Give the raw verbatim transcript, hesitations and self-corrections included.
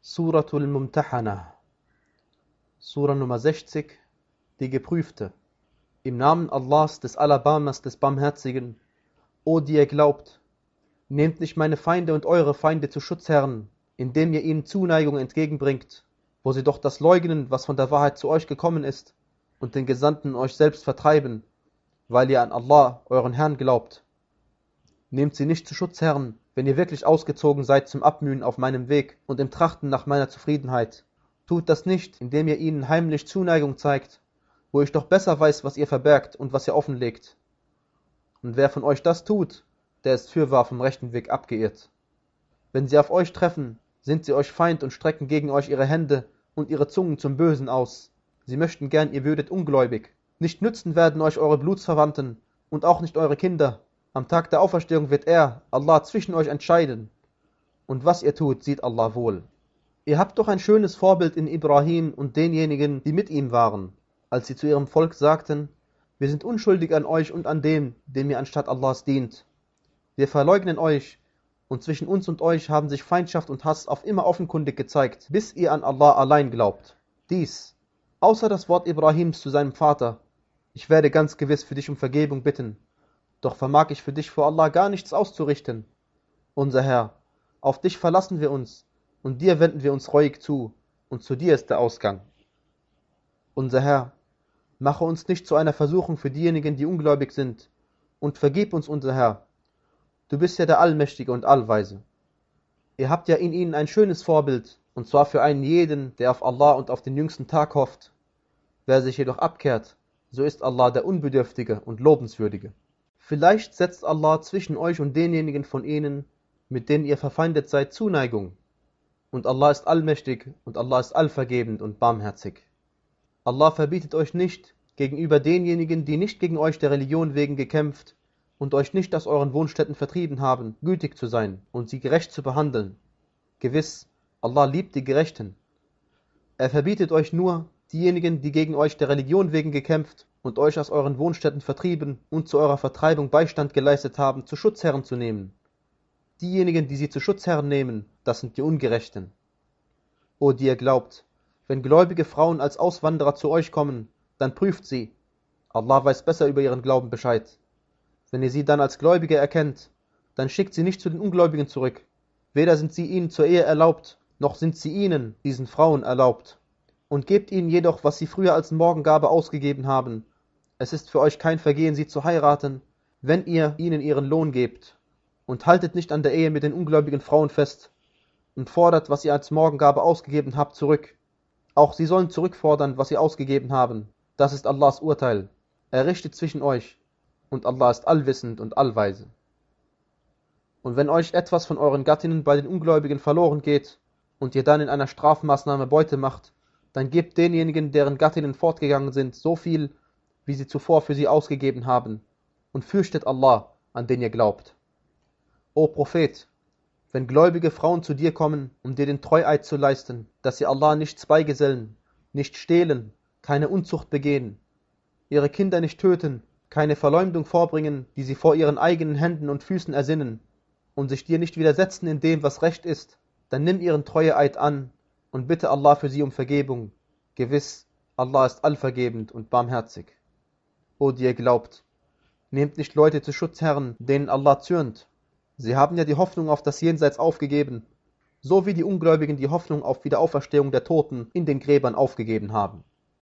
Suratul Mumtahana, Sura Nummer sechzig, die Geprüfte. Im Namen Allahs, des Alabamas, des Barmherzigen. O die ihr glaubt, nehmt nicht meine Feinde und eure Feinde zu Schutzherren, indem ihr ihnen Zuneigung entgegenbringt, wo sie doch das leugnen, was von der Wahrheit zu euch gekommen ist, und den Gesandten euch selbst vertreiben, weil ihr an Allah, euren Herrn, glaubt. Nehmt sie nicht zu Schutzherren, wenn ihr wirklich ausgezogen seid zum Abmühen auf meinem Weg und im Trachten nach meiner Zufriedenheit. Tut das nicht, indem ihr ihnen heimlich Zuneigung zeigt, wo ich doch besser weiß, was ihr verbergt und was ihr offenlegt. Und wer von euch das tut, der ist fürwahr vom rechten Weg abgeirrt. Wenn sie auf euch treffen, sind sie euch Feind und strecken gegen euch ihre Hände und ihre Zungen zum Bösen aus. Sie möchten gern, ihr würdet ungläubig. Nicht nützen werden euch eure Blutsverwandten und auch nicht eure Kinder. Am Tag der Auferstehung wird er, Allah, zwischen euch entscheiden. Und was ihr tut, sieht Allah wohl. Ihr habt doch ein schönes Vorbild in Ibrahim und denjenigen, die mit ihm waren, als sie zu ihrem Volk sagten: Wir sind unschuldig an euch und an dem, dem ihr anstatt Allahs dient. Wir verleugnen euch, und zwischen uns und euch haben sich Feindschaft und Hass auf immer offenkundig gezeigt, bis ihr an Allah allein glaubt. Dies, außer das Wort Ibrahims zu seinem Vater: Ich werde ganz gewiss für dich um Vergebung bitten. Doch vermag ich für dich vor Allah gar nichts auszurichten. Unser Herr, auf dich verlassen wir uns, und dir wenden wir uns reuig zu, und zu dir ist der Ausgang. Unser Herr, mache uns nicht zu einer Versuchung für diejenigen, die ungläubig sind, und vergib uns, unser Herr. Du bist ja der Allmächtige und Allweise. Ihr habt ja in ihnen ein schönes Vorbild, und zwar für einen jeden, der auf Allah und auf den jüngsten Tag hofft. Wer sich jedoch abkehrt, so ist Allah der Unbedürftige und Lobenswürdige. Vielleicht setzt Allah zwischen euch und denjenigen von ihnen, mit denen ihr verfeindet seid, Zuneigung. Und Allah ist allmächtig und Allah ist allvergebend und barmherzig. Allah verbietet euch nicht, gegenüber denjenigen, die nicht gegen euch der Religion wegen gekämpft und euch nicht aus euren Wohnstätten vertrieben haben, gütig zu sein und sie gerecht zu behandeln. Gewiss, Allah liebt die Gerechten. Er verbietet euch nur, diejenigen, die gegen euch der Religion wegen gekämpft und euch aus euren Wohnstätten vertrieben und zu eurer Vertreibung Beistand geleistet haben, zu Schutzherren zu nehmen. Diejenigen, die sie zu Schutzherren nehmen, das sind die Ungerechten. O die ihr glaubt, wenn gläubige Frauen als Auswanderer zu euch kommen, dann prüft sie. Allah weiß besser über ihren Glauben Bescheid. Wenn ihr sie dann als Gläubige erkennt, dann schickt sie nicht zu den Ungläubigen zurück. Weder sind sie ihnen zur Ehe erlaubt, noch sind sie ihnen, diesen Frauen, erlaubt. Und gebt ihnen jedoch, was sie früher als Morgengabe ausgegeben haben. Es ist für euch kein Vergehen, sie zu heiraten, wenn ihr ihnen ihren Lohn gebt. Und haltet nicht an der Ehe mit den ungläubigen Frauen fest und fordert, was ihr als Morgengabe ausgegeben habt, zurück. Auch sie sollen zurückfordern, was sie ausgegeben haben. Das ist Allahs Urteil. Er richtet zwischen euch, und Allah ist allwissend und allweise. Und wenn euch etwas von euren Gattinnen bei den Ungläubigen verloren geht und ihr dann in einer Strafmaßnahme Beute macht, dann gebt denjenigen, deren Gattinnen fortgegangen sind, so viel, wie sie zuvor für sie ausgegeben haben, und fürchtet Allah, an den ihr glaubt. O Prophet, wenn gläubige Frauen zu dir kommen, um dir den Treueid zu leisten, dass sie Allah nichts beigesellen, nicht stehlen, keine Unzucht begehen, ihre Kinder nicht töten, keine Verleumdung vorbringen, die sie vor ihren eigenen Händen und Füßen ersinnen, und sich dir nicht widersetzen in dem, was recht ist, dann nimm ihren Treueid an und bitte Allah für sie um Vergebung. Gewiss, Allah ist allvergebend und barmherzig. O die ihr glaubt, nehmt nicht Leute zu Schutzherren, denen Allah zürnt. Sie haben ja die Hoffnung auf das Jenseits aufgegeben, so wie die Ungläubigen die Hoffnung auf Wiederauferstehung der Toten in den Gräbern aufgegeben haben.